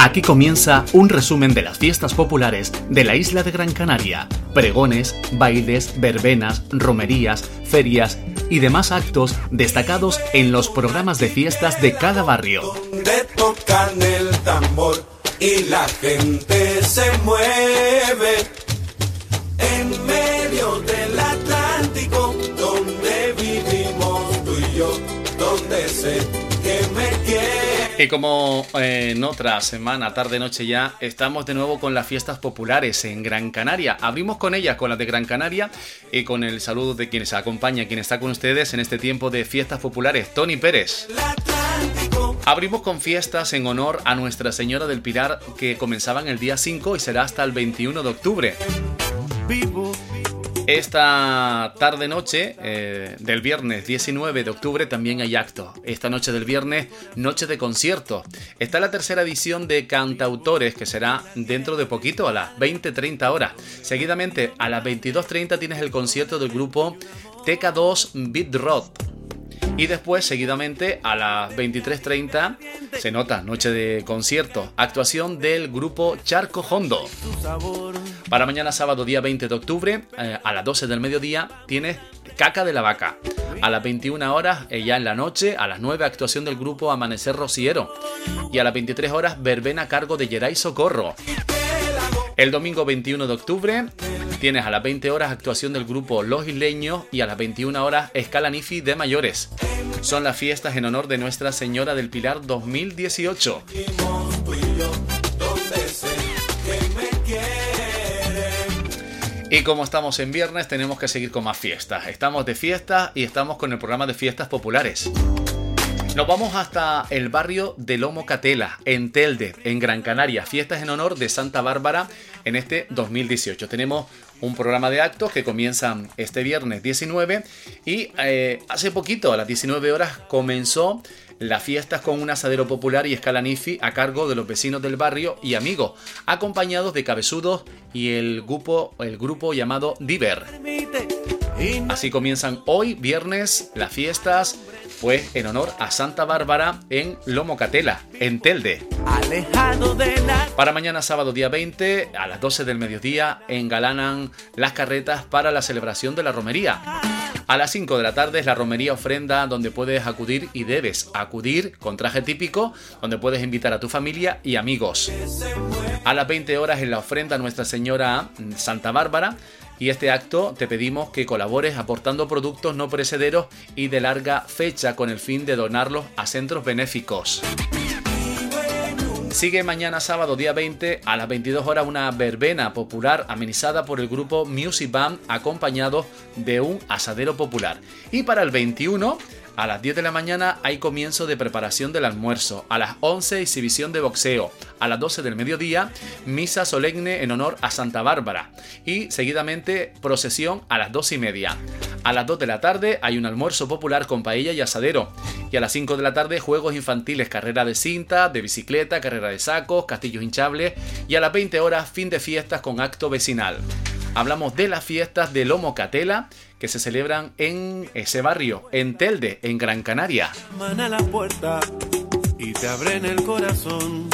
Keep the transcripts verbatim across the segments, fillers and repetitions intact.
Aquí comienza un resumen de las fiestas populares de la isla de Gran Canaria. Pregones, bailes, verbenas, romerías, ferias y demás actos destacados en los programas de fiestas de cada barrio. Donde tocan el tambor y la gente se mueve en medio del Atlántico, donde vivimos tú y yo, donde sé que me quiere. Y como eh, en otra semana, tarde noche ya, estamos de nuevo con las fiestas populares en Gran Canaria. Abrimos con ellas, con las de Gran Canaria, y con el saludo de quienes acompañan, quien está con ustedes en este tiempo de fiestas populares, Tony Pérez. Abrimos con fiestas en honor a Nuestra Señora del Pilar, que comenzaban el día cinco y será hasta el veintiuno de octubre. Esta tarde-noche eh, del viernes diecinueve de octubre también hay acto. Esta noche del viernes, noche de concierto. Está la tercera edición de Cantautores, que será dentro de poquito, a las veinte treinta horas. Seguidamente, a las veintidós treinta tienes el concierto del grupo T K dos Beat Rock. Y después, seguidamente, a las veintitrés treinta, se nota, noche de concierto, actuación del grupo Charco Hondo. Para mañana sábado, día veinte de octubre, eh, a las doce del mediodía, tienes Caca de la Vaca. A las veintiuna horas, eh, ya en la noche, a las nueve, actuación del grupo Amanecer Rociero. Y a las veintitrés horas, verbena a cargo de Geray Socorro. El domingo veintiuno de octubre tienes a las veinte horas actuación del grupo Los Isleños y a las veintiuna horas Escala Nifi de mayores. Son las fiestas en honor de Nuestra Señora del Pilar dos mil dieciocho. Y como estamos en viernes, tenemos que seguir con más fiestas. Estamos de fiesta y estamos con el programa de fiestas populares. Nos vamos hasta el barrio de Lomo Catela, en Telde, en Gran Canaria. Fiestas en honor de Santa Bárbara en este dos mil dieciocho. Tenemos un programa de actos que comienzan este viernes diecinueve y eh, hace poquito, a las diecinueve horas, comenzó las fiestas con un asadero popular y escala Nifi a cargo de los vecinos del barrio y amigos, acompañados de cabezudos y el grupo, el grupo llamado Diver. Así comienzan hoy, viernes, las fiestas, pues en honor a Santa Bárbara en Lomo Catela, en Telde. Para mañana sábado día veinte, a las doce del mediodía, engalanan las carretas para la celebración de la romería. A las cinco de la tarde es la romería ofrenda, donde puedes acudir y debes acudir con traje típico, donde puedes invitar a tu familia y amigos. A las veinte horas es la ofrenda a Nuestra Señora Santa Bárbara. Y este acto te pedimos que colabores aportando productos no perecederos y de larga fecha con el fin de donarlos a centros benéficos. Sigue mañana sábado día veinte a las veintidós horas una verbena popular amenizada por el grupo Music Band, acompañado de un asadero popular. Y para el veintiuno, a las diez de la mañana hay comienzo de preparación del almuerzo. A las once, exhibición de boxeo. A las doce del mediodía, misa solemne en honor a Santa Bárbara. Y seguidamente, procesión a las dos y media. A las dos de la tarde hay un almuerzo popular con paella y asadero. Y a las cinco de la tarde, juegos infantiles, carrera de cinta, de bicicleta, carrera de sacos, castillos hinchables. Y a las veinte horas, fin de fiestas con acto vecinal. Hablamos de las fiestas de Lomo Catela, que se celebran en ese barrio, en Telde, en Gran Canaria. Mana la puerta y te abren el corazón.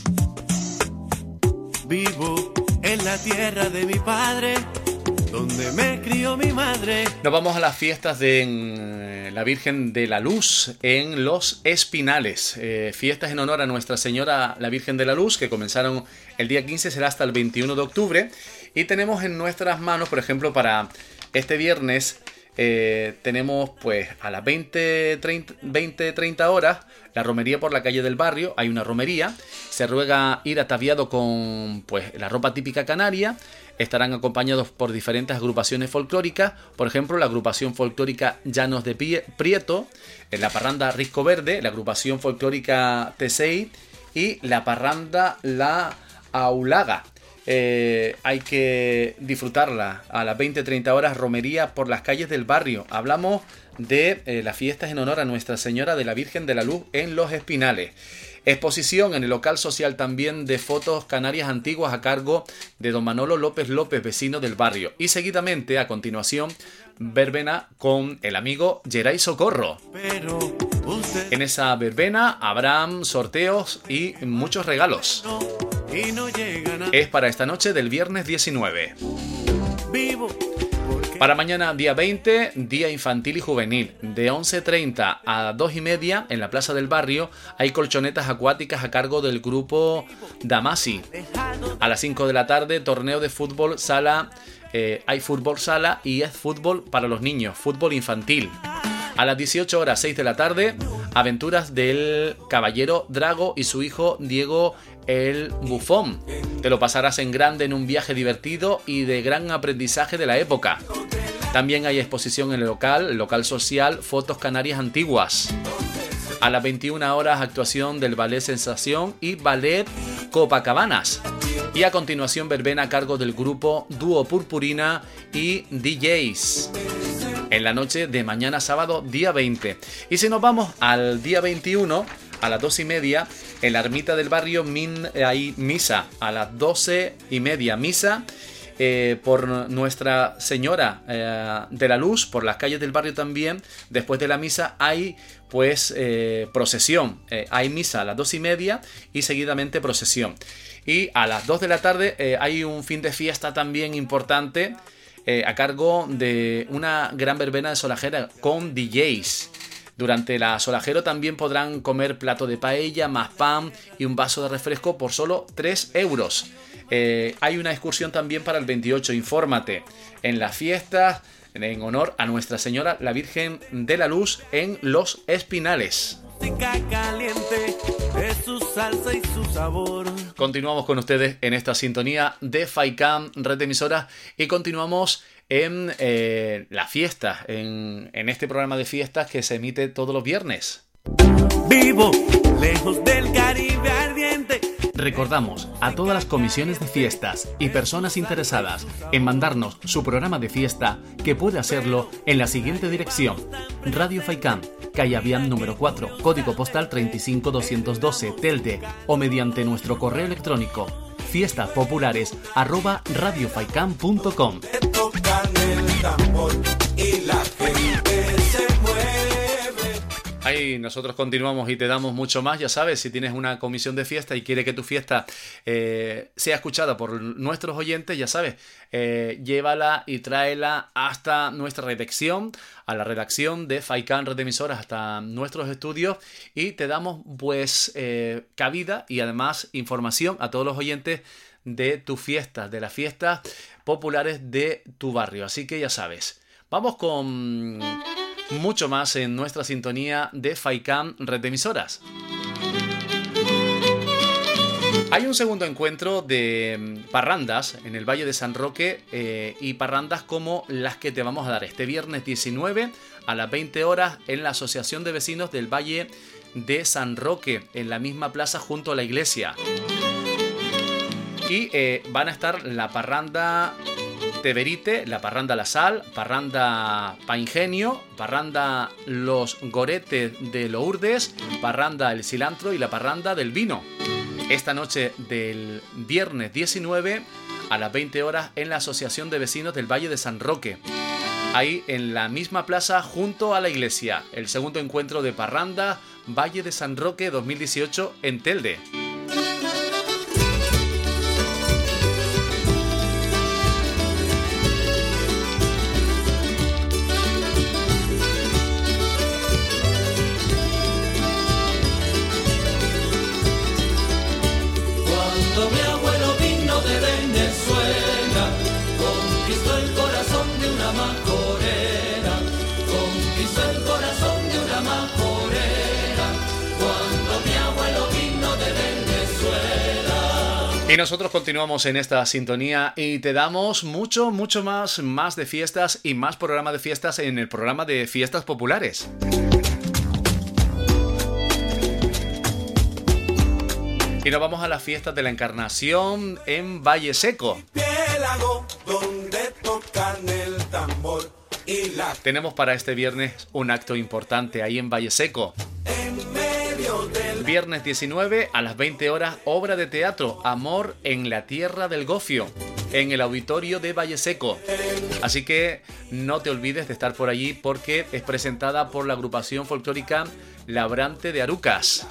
Vivo en la tierra de mi padre, donde me crió mi madre. Nos vamos a las fiestas de la Virgen de la Luz en Los Espinales. Eh, fiestas en honor a Nuestra Señora la Virgen de la Luz, que comenzaron el día quince, será hasta el veintiuno de octubre. Y tenemos en nuestras manos, por ejemplo, para este viernes, eh, tenemos pues a las veinte treinta horas la romería por la calle del barrio. Hay una romería, se ruega ir ataviado con pues la ropa típica canaria. Estarán acompañados por diferentes agrupaciones folclóricas, por ejemplo la agrupación folclórica Llanos de Prieto, la parranda Risco Verde, la agrupación folclórica Tesei y la parranda La Aulaga. Eh, hay que disfrutarla a las veinte treinta horas, romería por las calles del barrio. Hablamos de eh, las fiestas en honor a Nuestra Señora de la Virgen de la Luz en Los Espinales. Exposición en el local social también de fotos canarias antiguas a cargo de don Manolo López López, vecino del barrio. Y seguidamente, a continuación, verbena con el amigo Geray Socorro. En esa verbena habrán sorteos y muchos regalos. Es para esta noche del viernes diecinueve. Para mañana, día veinte, día infantil y juvenil. De once treinta a dos y media, en la Plaza del Barrio, hay colchonetas acuáticas a cargo del grupo Damasi. A las cinco de la tarde, torneo de fútbol sala. Eh, hay fútbol sala y es fútbol para los niños, fútbol infantil. A las dieciocho horas, seis de la tarde, aventuras del caballero Drago y su hijo Diego el Bufón. Te lo pasarás en grande en un viaje divertido y de gran aprendizaje de la época. También hay exposición en el local, el local social, fotos canarias antiguas. A las veintiuna horas, actuación del Ballet Sensación y Ballet Copacabanas. Y a continuación, verbena a cargo del grupo Dúo Purpurina y D Js. En la noche de mañana sábado, día veinte. Y si nos vamos al día veintiuno, a las dos y media, en la ermita del barrio min, hay misa. A las doce y media, misa eh, por Nuestra Señora eh, de la Luz, por las calles del barrio también. Después de la misa hay pues eh, procesión. Eh, hay misa a las dos y media y seguidamente procesión. Y a las dos de la tarde eh, hay un fin de fiesta también importante eh, a cargo de una gran verbena de solajera con D Js. Durante la solajero también podrán comer plato de paella, más pan y un vaso de refresco por solo tres euros. Eh, hay una excursión también para el veintiocho, infórmate. En las fiestas en honor a Nuestra Señora la Virgen de la Luz en Los Espinales. Caliente, es su salsa y su sabor. Continuamos con ustedes en esta sintonía de Faikan, red de emisoras, y continuamos en eh, la fiesta, en, en este programa de fiestas que se emite todos los viernes. Vivo lejos del Caribe ardiente. Recordamos a todas las comisiones de fiestas y personas interesadas en mandarnos su programa de fiesta que puede hacerlo en la siguiente dirección: Radio Faikan, calle Aviam número cuatro, código postal treinta y cinco doscientos doce, Telde, o mediante nuestro correo electrónico fiestaspopulares arroba radiofaikan punto com. Ahí nosotros continuamos y te damos mucho más. Ya sabes, si tienes una comisión de fiesta y quiere que tu fiesta eh, sea escuchada por nuestros oyentes, ya sabes, eh, llévala y tráela hasta nuestra redacción, a la redacción de Faikan Red de Emisoras, hasta nuestros estudios, y te damos pues eh, cabida y además información a todos los oyentes de tus fiestas, de las fiestas populares de tu barrio. Así que ya sabes, vamos con mucho más en nuestra sintonía de Faikan Red de Emisoras. Hay un segundo encuentro de parrandas en el Valle de San Roque eh, y parrandas como las que te vamos a dar este viernes diecinueve a las veinte horas en la Asociación de Vecinos del Valle de San Roque, en la misma plaza junto a la iglesia. Y eh, van a estar la parranda Teverite, la parranda La Sal, parranda Paingenio, parranda Los Goretes de Lourdes, parranda El Cilantro y la parranda del Vino. Esta noche del viernes diecinueve a las veinte horas en la Asociación de Vecinos del Valle de San Roque. Ahí en la misma plaza junto a la iglesia. El segundo encuentro de parranda Valle de San Roque dos mil dieciocho en Telde. Y nosotros continuamos en esta sintonía y te damos mucho, mucho más, más de fiestas y más programa de fiestas en el programa de Fiestas Populares. Y nos vamos a las fiestas de la Encarnación en Valle Seco. Tenemos para este viernes un acto importante ahí en Valle Seco. Viernes diecinueve a las veinte horas, obra de teatro Amor en la Tierra del Gofio. en el auditorio de Valle Seco. Así que no te olvides de estar por allí porque es presentada por la agrupación folclórica Labrante de Arucas.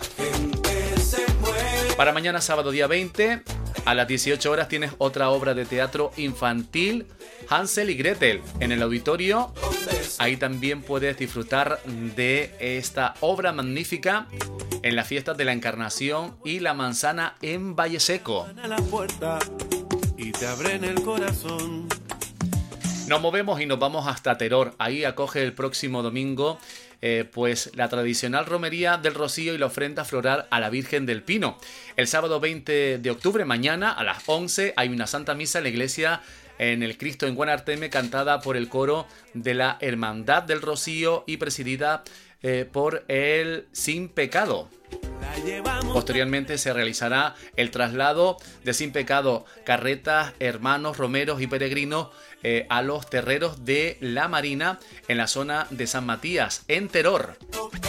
Para mañana sábado día veinte a las dieciocho horas tienes otra obra de teatro infantil, Hansel y Gretel, en el auditorio. Ahí también puedes disfrutar de esta obra magnífica en las fiestas de la Encarnación y la Manzana en Valle Seco. Nos movemos y nos vamos hasta Teror. Ahí acoge el próximo domingo eh, pues la tradicional romería del Rocío y la ofrenda floral a la Virgen del Pino. El sábado veinte de octubre, mañana a las once, hay una Santa Misa en la iglesia en el Cristo en Guanarteme, cantada por el coro de la Hermandad del Rocío y presidida eh, por el Sin Pecado. Posteriormente se realizará el traslado de Sin Pecado, carretas, hermanos, romeros y peregrinos eh, a los terreros de la Marina en la zona de San Matías, en Teror.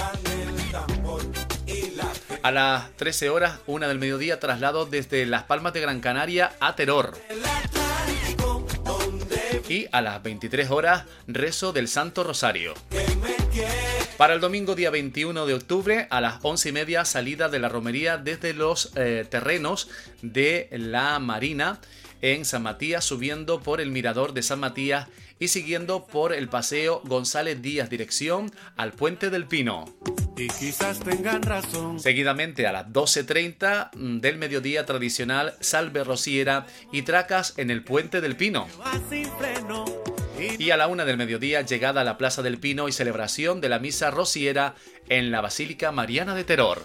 A las trece horas, una del mediodía, traslado desde Las Palmas de Gran Canaria a Teror. Y a las veintitrés horas, rezo del Santo Rosario. Para el domingo día veintiuno de octubre a las once y media, salida de la romería desde los eh, terrenos de la Marina en San Matías, subiendo por el mirador de San Matías y siguiendo por el paseo González Díaz, dirección al Puente del Pino. Y quizás tengan razón. Seguidamente a las doce treinta del mediodía, tradicional salve rociera y tracas en el Puente del Pino. Y a la una del mediodía, llegada a la Plaza del Pino y celebración de la misa rociera en la Basílica Mariana de Teror.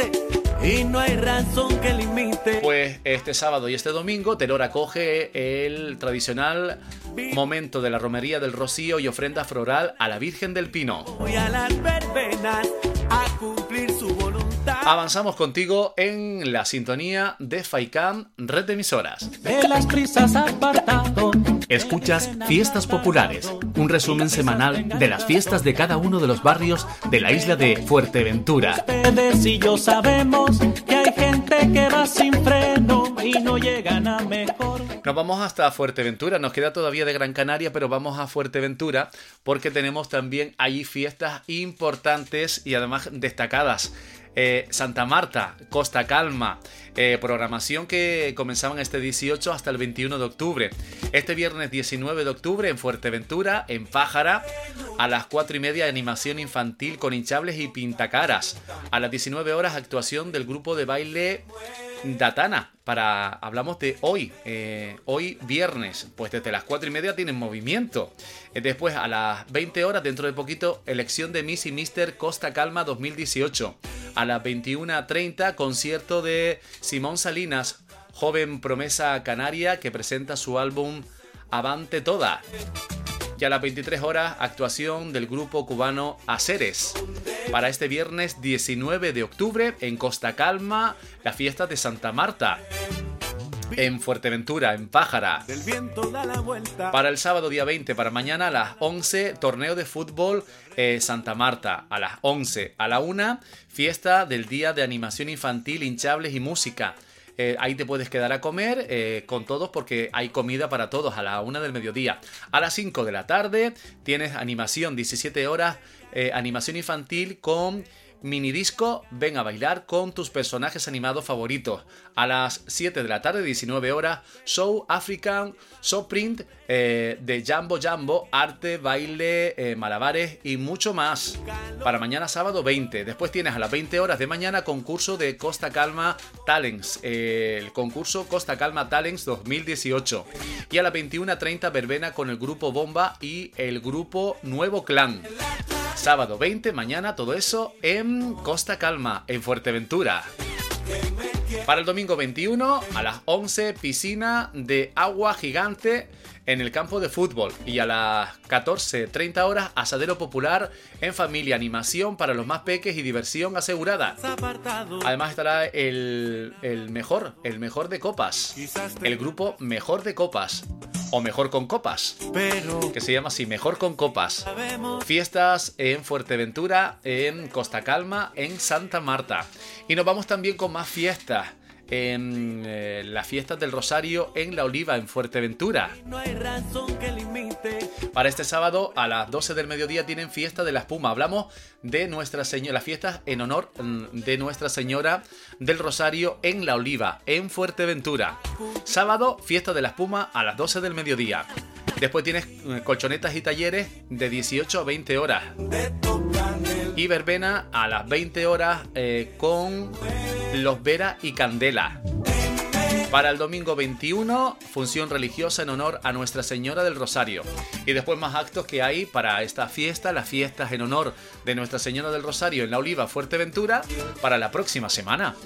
Y no hay razón que limite. Pues este sábado y este domingo, Teror acoge el tradicional momento de la romería del Rocío y ofrenda floral a la Virgen del Pino. Voy a las verbenas a cumplir su voluntad. Avanzamos contigo en la sintonía de Faikán, red de emisoras. De las prisas apartado. Escuchas Fiestas Populares, un resumen semanal de las fiestas de cada uno de los barrios de la isla de Fuerteventura. Ustedes y yo sabemos que hay gente que va sin freno y no llegan a mejor. Nos vamos hasta Fuerteventura, nos queda todavía de Gran Canaria, pero vamos a Fuerteventura porque tenemos también allí fiestas importantes y además destacadas. Eh, Santa Marta, Costa Calma, eh, programación que comenzaban este dieciocho hasta el veintiuno de octubre. Este viernes diecinueve de octubre en Fuerteventura, en Pájara, a las cuatro y media, animación infantil con hinchables y pintacaras. A las diecinueve horas, actuación del grupo de baile Datana. Para, hablamos de hoy, eh, hoy viernes, pues desde las cuatro y media tienen movimiento. Eh, después a las veinte horas, dentro de poquito, elección de Miss y Mister Costa Calma dos mil dieciocho. A las veintiuna treinta, concierto de Simón Salinas, joven promesa canaria que presenta su álbum Avante Toda. Y a las veintitrés horas, actuación del grupo cubano Aceres. Para este viernes diecinueve de octubre, en Costa Calma, la fiesta de Santa Marta. En Fuerteventura, en Pájara. Para el sábado día veinte, para mañana a las once, torneo de fútbol eh, Santa Marta. A las once, a la una, fiesta del día de animación infantil, hinchables y música. Eh, ahí te puedes quedar a comer eh, con todos porque hay comida para todos a la una del mediodía. A las cinco de la tarde tienes animación, diecisiete horas, eh, animación infantil con mini disco, ven a bailar con tus personajes animados favoritos. A las siete de la tarde, diecinueve horas, show African Show Print eh, de Jambo Jambo, arte, baile, eh, malabares y mucho más. Para mañana sábado veinte. Después tienes a las veinte horas de mañana concurso de Costa Calma Talents, eh, el concurso Costa Calma Talents dos mil dieciocho. Y a las veintiuna treinta verbena con el grupo Bomba y el grupo Nuevo Clan. Sábado veinte, mañana todo eso en Costa Calma, en Fuerteventura. Para el domingo veintiuno, a las once, piscina de agua gigante en el campo de fútbol. Y a las catorce treinta horas, asadero popular en familia, animación para los más peques y diversión asegurada. Además estará el, el mejor, el mejor de copas. El grupo Mejor de Copas. O Mejor con Copas, que se llama así, Mejor con Copas. Fiestas en Fuerteventura, en Costa Calma, en Santa Marta. Y nos vamos también con más fiestas. en eh, las fiestas del Rosario en La Oliva, en Fuerteventura. No hay razón que limite. Para este sábado a las doce del mediodía tienen fiesta de la espuma. Hablamos de Nuestra Señora, las fiestas en honor de Nuestra Señora del Rosario en La Oliva, en Fuerteventura. Sábado, fiesta de la espuma a las doce del mediodía. Después tienes colchonetas y talleres de dieciocho a veinte horas. Y verbena a las veinte horas eh, con los Vera y Candela. Para el domingo veintiuno, función religiosa en honor a Nuestra Señora del Rosario. Y después más actos que hay para esta fiesta, las fiestas en honor de Nuestra Señora del Rosario en La Oliva, Fuerteventura, para la próxima semana.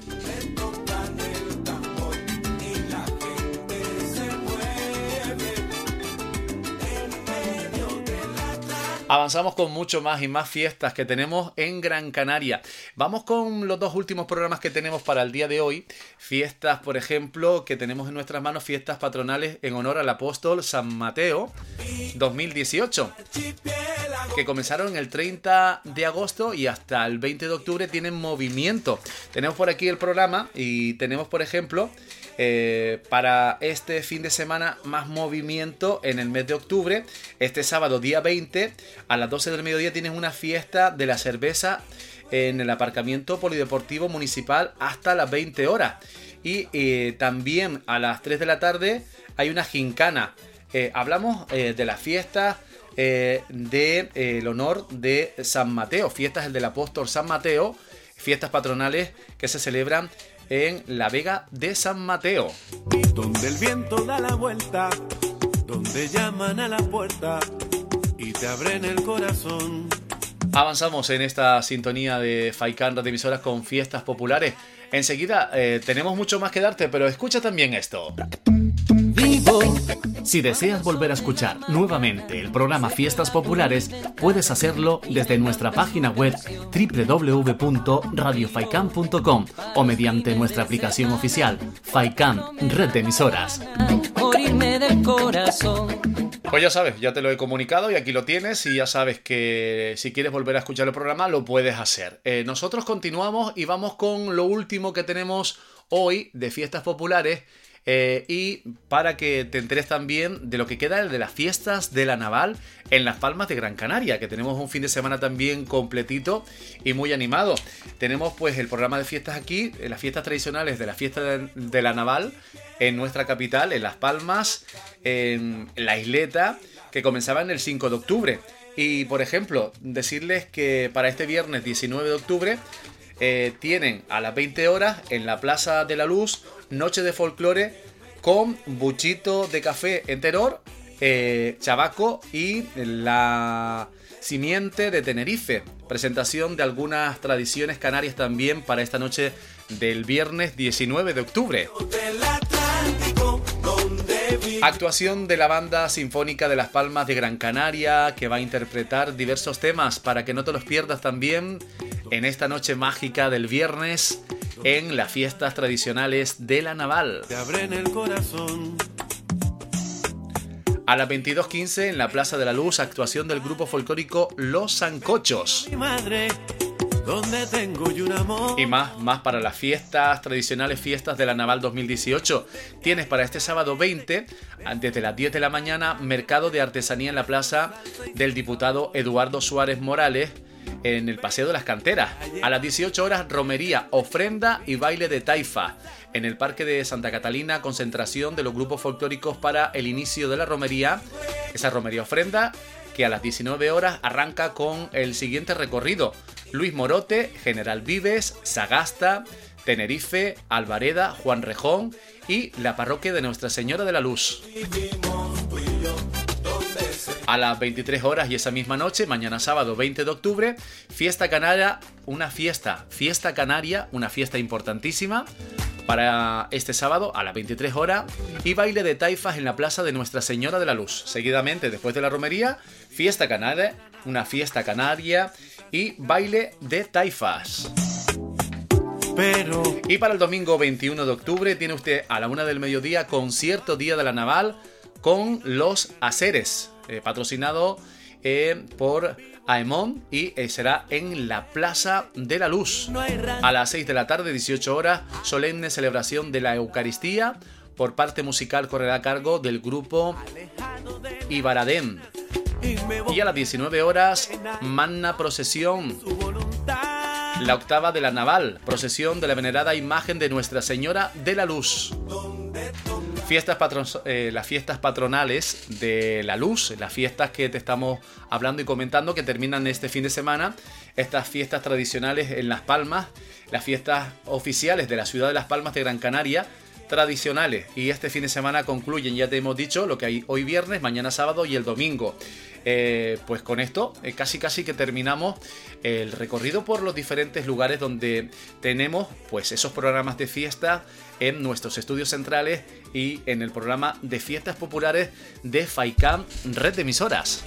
Avanzamos con mucho más y más fiestas que tenemos en Gran Canaria. Vamos con los dos últimos programas que tenemos para el día de hoy. Fiestas, por ejemplo, que tenemos en nuestras manos, fiestas patronales en honor al apóstol San Mateo dos mil dieciocho, que comenzaron el treinta de agosto y hasta el veinte de octubre tienen movimiento. Tenemos por aquí el programa y tenemos, por ejemplo, Eh, para este fin de semana más movimiento en el mes de octubre. Este sábado día veinte a las doce del mediodía tienes una fiesta de la cerveza en el aparcamiento polideportivo municipal hasta las veinte horas. Y eh, también a las tres de la tarde hay una gincana. Eh, hablamos eh, de las fiestas eh, del de, eh, honor de San Mateo, fiestas del apóstol San Mateo, fiestas patronales que se celebran en la Vega de San Mateo. Donde el viento da la vuelta, donde llaman a la puerta y te abren el corazón. Avanzamos en esta sintonía de Faikan de emisoras con fiestas populares. Enseguida eh, tenemos mucho más que darte, pero escucha también esto. Si deseas volver a escuchar nuevamente el programa Fiestas Populares, puedes hacerlo desde nuestra página web doble u doble u doble u punto radio faikan punto com o mediante nuestra aplicación oficial Faikan, red de emisoras. Pues ya sabes, ya te lo he comunicado y aquí lo tienes, y ya sabes que si quieres volver a escuchar el programa lo puedes hacer. Eh, nosotros continuamos y vamos con lo último que tenemos hoy de Fiestas Populares. Eh, y para que te enteres también de lo que queda de las fiestas de la Naval en Las Palmas de Gran Canaria, que tenemos un fin de semana también completito y muy animado. Tenemos pues el programa de fiestas aquí, las fiestas tradicionales de la fiesta de, de la Naval en nuestra capital, en Las Palmas, en la isleta, que comenzaban el cinco de octubre. Y por ejemplo, decirles que para este viernes diecinueve de octubre eh, tienen a las veinte horas en la Plaza de la Luz noche de folclore con buchito de café en tenor, eh, chabaco y la simiente de Tenerife. Presentación de algunas tradiciones canarias también para esta noche del viernes diecinueve de octubre. Actuación de la Banda Sinfónica de Las Palmas de Gran Canaria, que va a interpretar diversos temas para que no te los pierdas también en esta noche mágica del viernes en las fiestas tradicionales de la Naval. Te abren el corazón. A las veintidós quince en la Plaza de la Luz, actuación del grupo folclórico Los Sancochos. Mi madre, donde tengo yo un amor. Y más, más para las fiestas tradicionales, fiestas de la Naval dos mil dieciocho. Tienes para este sábado veinte, desde las diez de la mañana, mercado de artesanía en la Plaza del Diputado Eduardo Suárez Morales, en el Paseo de las Canteras. A las dieciocho horas, romería, ofrenda y baile de taifa. En el Parque de Santa Catalina, concentración de los grupos folclóricos para el inicio de la romería. Esa romería ofrenda que a las diecinueve horas arranca con el siguiente recorrido: Luis Morote, General Vives, Sagasta, Tenerife, Alvareda, Juan Rejón y la parroquia de Nuestra Señora de la Luz. A las veintitrés horas y esa misma noche, mañana sábado veinte de octubre, Fiesta Canaria, una fiesta, Fiesta Canaria, una fiesta importantísima para este sábado a las veintitrés horas, y baile de taifas en la Plaza de Nuestra Señora de la Luz. Seguidamente, después de la romería, Fiesta Canaria, una fiesta canaria y baile de taifas. Pero... Y para el domingo veintiuno de octubre tiene usted a la una del mediodía concierto Día de la Naval con Los Aceres, eh, patrocinado eh, por Aemón y eh, será en la Plaza de la Luz. A las seis de la tarde, dieciocho horas, solemne celebración de la Eucaristía. Por parte musical correrá a cargo del grupo Ibaradén. Y a las diecinueve horas, magna procesión. La octava de la Naval, procesión de la venerada imagen de Nuestra Señora de la Luz. Fiestas patron eh, las fiestas patronales de la Luz, las fiestas que te estamos hablando y comentando que terminan este fin de semana. Estas fiestas tradicionales en Las Palmas, las fiestas oficiales de la ciudad de Las Palmas de Gran Canaria, tradicionales, y este fin de semana concluyen, ya te hemos dicho, lo que hay hoy viernes, mañana sábado y el domingo. Eh, pues con esto eh, casi casi que terminamos el recorrido por los diferentes lugares donde tenemos pues esos programas de fiesta en nuestros estudios centrales y en el programa de fiestas populares de FaiCam Red de Emisoras.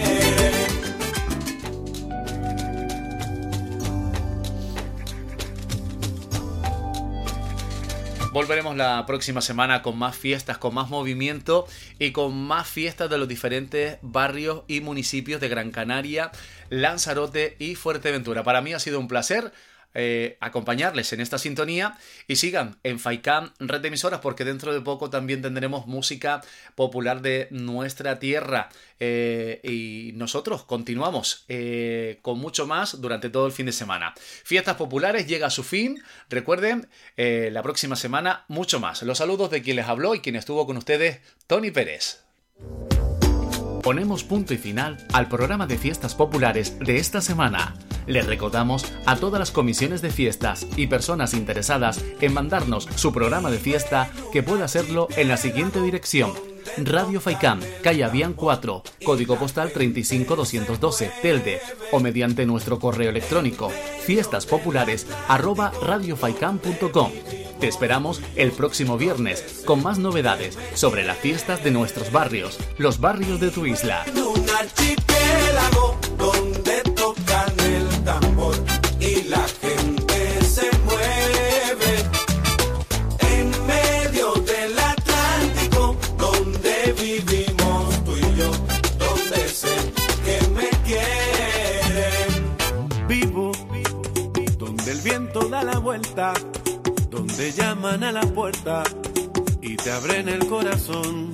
Volveremos la próxima semana con más fiestas, con más movimiento y con más fiestas de los diferentes barrios y municipios de Gran Canaria, Lanzarote y Fuerteventura. Para mí ha sido un placer eh, acompañarles en esta sintonía y sigan en FaiCam Red de Emisoras porque dentro de poco también tendremos música popular de nuestra tierra eh, y nosotros continuamos eh, con mucho más durante todo el fin de semana. Fiestas populares llega a su fin. Recuerden, eh, la próxima semana mucho más. Los saludos de quien les habló y quien estuvo con ustedes, Tony Pérez. Ponemos punto y final al programa de fiestas populares de esta semana. Les recordamos a todas las comisiones de fiestas y personas interesadas en mandarnos su programa de fiesta que pueda hacerlo en la siguiente dirección: Radio FaiCam, calle Avián cuatro, código postal treinta y cinco doscientos doce, Telde, o mediante nuestro correo electrónico fiestaspopulares arroba radiofaicam punto com. Te esperamos el próximo viernes con más novedades sobre las fiestas de nuestros barrios, los barrios de tu isla. Un archipiélago donde tocan el tambor y la gente se mueve en medio del Atlántico, donde vivimos tú y yo, donde sé que me quieren. Vivo donde el viento da la vuelta, donde llaman a la puerta y te abren el corazón.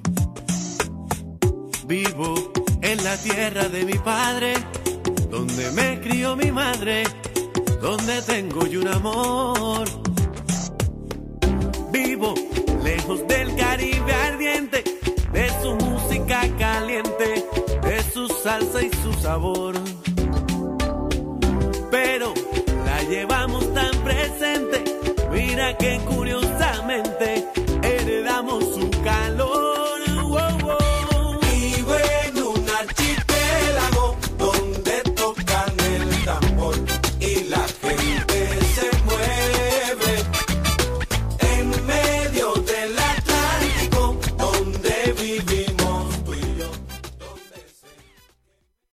Vivo en la tierra de mi padre, donde me crió mi madre, donde tengo yo un amor. Vivo lejos del Caribe ardiente, de su música caliente, de su salsa y su sabor. Pero la llevamos tan presente, mira que curiosamente